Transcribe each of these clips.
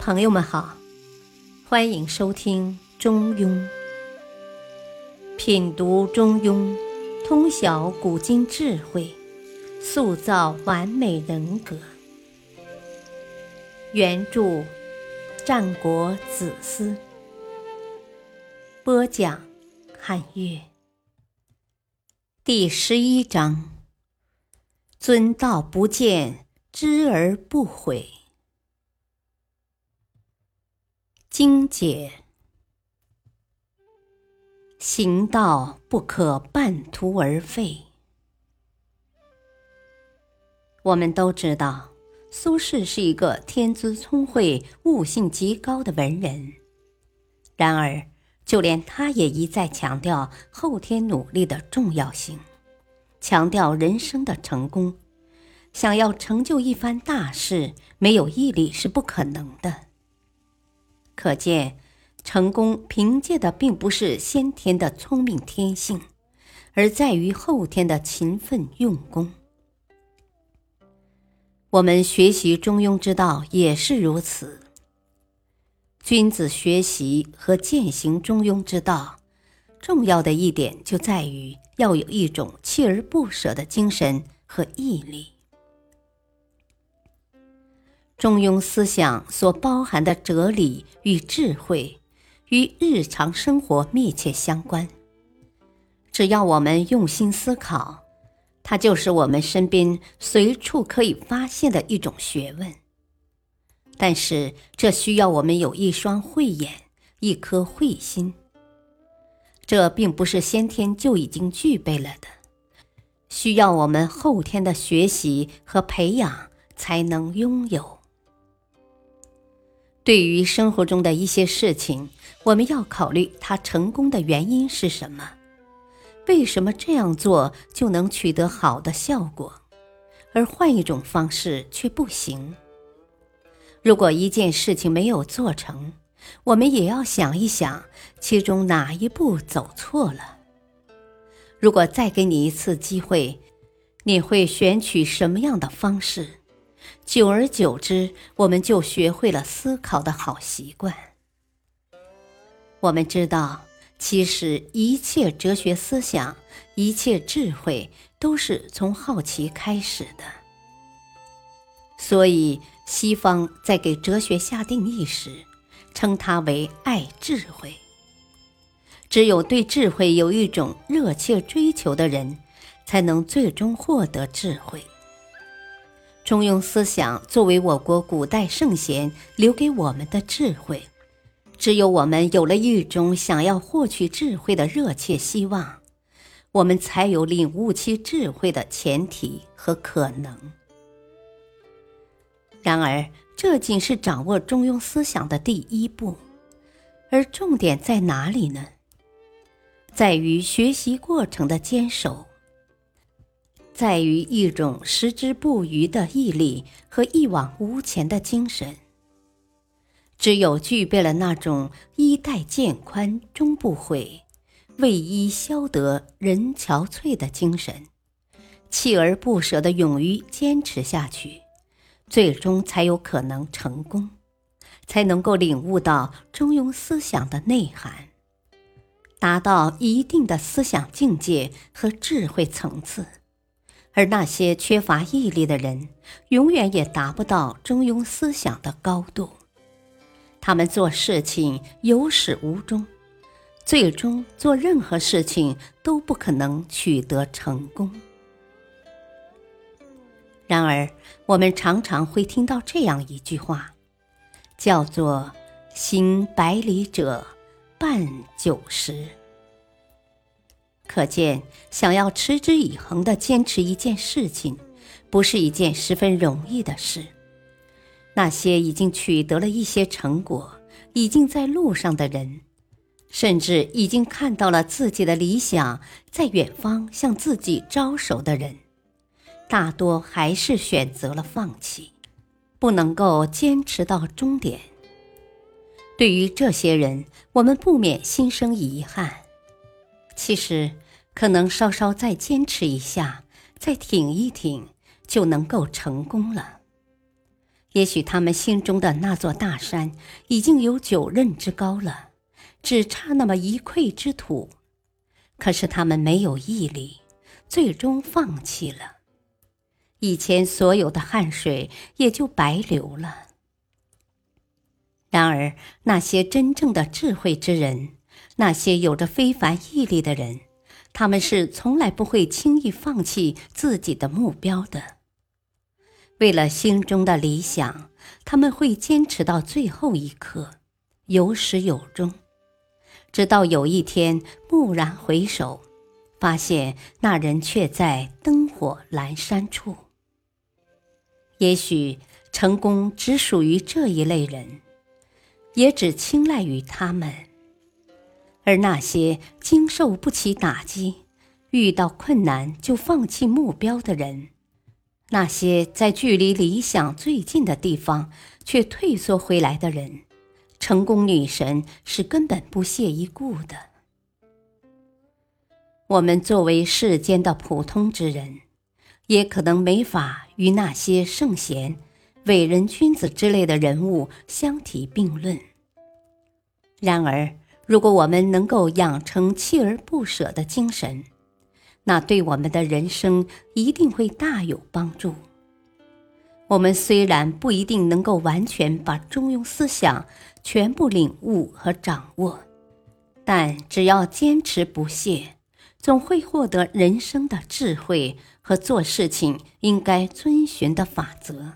朋友们好，欢迎收听中庸，品读中庸，通晓古今智慧，塑造完美人格。原著战国子思，播讲汉乐。第11章，尊道不见，知而不悔。精解：行道不可半途而废。我们都知道，苏轼是一个天资聪慧、悟性极高的文人。然而，就连他也一再强调后天努力的重要性，强调人生的成功。想要成就一番大事，没有毅力是不可能的。可见，成功凭借的并不是先天的聪明天性，而在于后天的勤奋用功。我们学习中庸之道也是如此。君子学习和践行中庸之道，重要的一点就在于要有一种锲而不舍的精神和毅力。中庸思想所包含的哲理与智慧，与日常生活密切相关。只要我们用心思考，它就是我们身边随处可以发现的一种学问。但是，这需要我们有一双慧眼，一颗慧心。这并不是先天就已经具备了的，需要我们后天的学习和培养才能拥有。对于生活中的一些事情，我们要考虑它成功的原因是什么，为什么这样做就能取得好的效果，而换一种方式却不行。如果一件事情没有做成，我们也要想一想其中哪一步走错了。如果再给你一次机会，你会选取什么样的方式？久而久之，我们就学会了思考的好习惯。我们知道，其实一切哲学思想，一切智慧都是从好奇开始的。所以，西方在给哲学下定义时，称它为爱智慧。只有对智慧有一种热切追求的人，才能最终获得智慧。中庸思想作为我国古代圣贤留给我们的智慧，只有我们有了一种想要获取智慧的热切希望，我们才有领悟其智慧的前提和可能。然而，这仅是掌握中庸思想的第一步，而重点在哪里呢？在于学习过程的坚守，在于一种矢志不渝的毅力和一往无前的精神。只有具备了那种衣带渐宽终不悔，为伊消得人憔悴的精神，锲而不舍地勇于坚持下去，最终才有可能成功，才能够领悟到中庸思想的内涵，达到一定的思想境界和智慧层次。而那些缺乏毅力的人，永远也达不到中庸思想的高度。他们做事情有始无终，最终做任何事情都不可能取得成功。然而，我们常常会听到这样一句话，叫做“行百里者，半90”。可见，想要持之以恒地坚持一件事情，不是一件十分容易的事。那些已经取得了一些成果，已经在路上的人，甚至已经看到了自己的理想在远方向自己招手的人，大多还是选择了放弃，不能够坚持到终点。对于这些人，我们不免心生遗憾。其实，可能稍稍再坚持一下，再挺一挺，就能够成功了。 也许他们心中的那座大山已经有9仞之高了，只差那么1篑之土，可是他们没有毅力，最终放弃了。以前所有的汗水也就白流了。然而，那些真正的智慧之人，那些有着非凡毅力的人，他们是从来不会轻易放弃自己的目标的。为了心中的理想，他们会坚持到最后一刻，有始有终，直到有一天蓦然回首，发现那人却在灯火阑珊处。也许成功只属于这一类人，也只青睐于他们。而那些经受不起打击，遇到困难就放弃目标的人，那些在距离理想最近的地方却退缩回来的人，成功女神是根本不屑一顾的。我们作为世间的普通之人，也可能没法与那些圣贤、伟人君子之类的人物相提并论。然而，如果我们能够养成锲而不舍的精神，那对我们的人生一定会大有帮助。我们虽然不一定能够完全把中庸思想全部领悟和掌握，但只要坚持不懈，总会获得人生的智慧和做事情应该遵循的法则。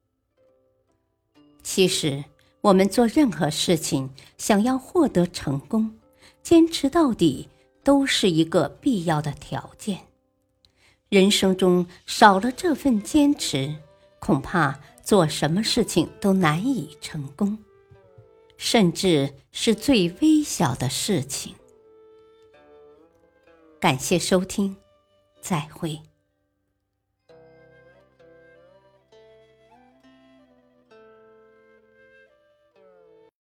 其实，我们做任何事情，想要获得成功，坚持到底都是一个必要的条件。人生中少了这份坚持，恐怕做什么事情都难以成功，甚至是最微小的事情。感谢收听，再会。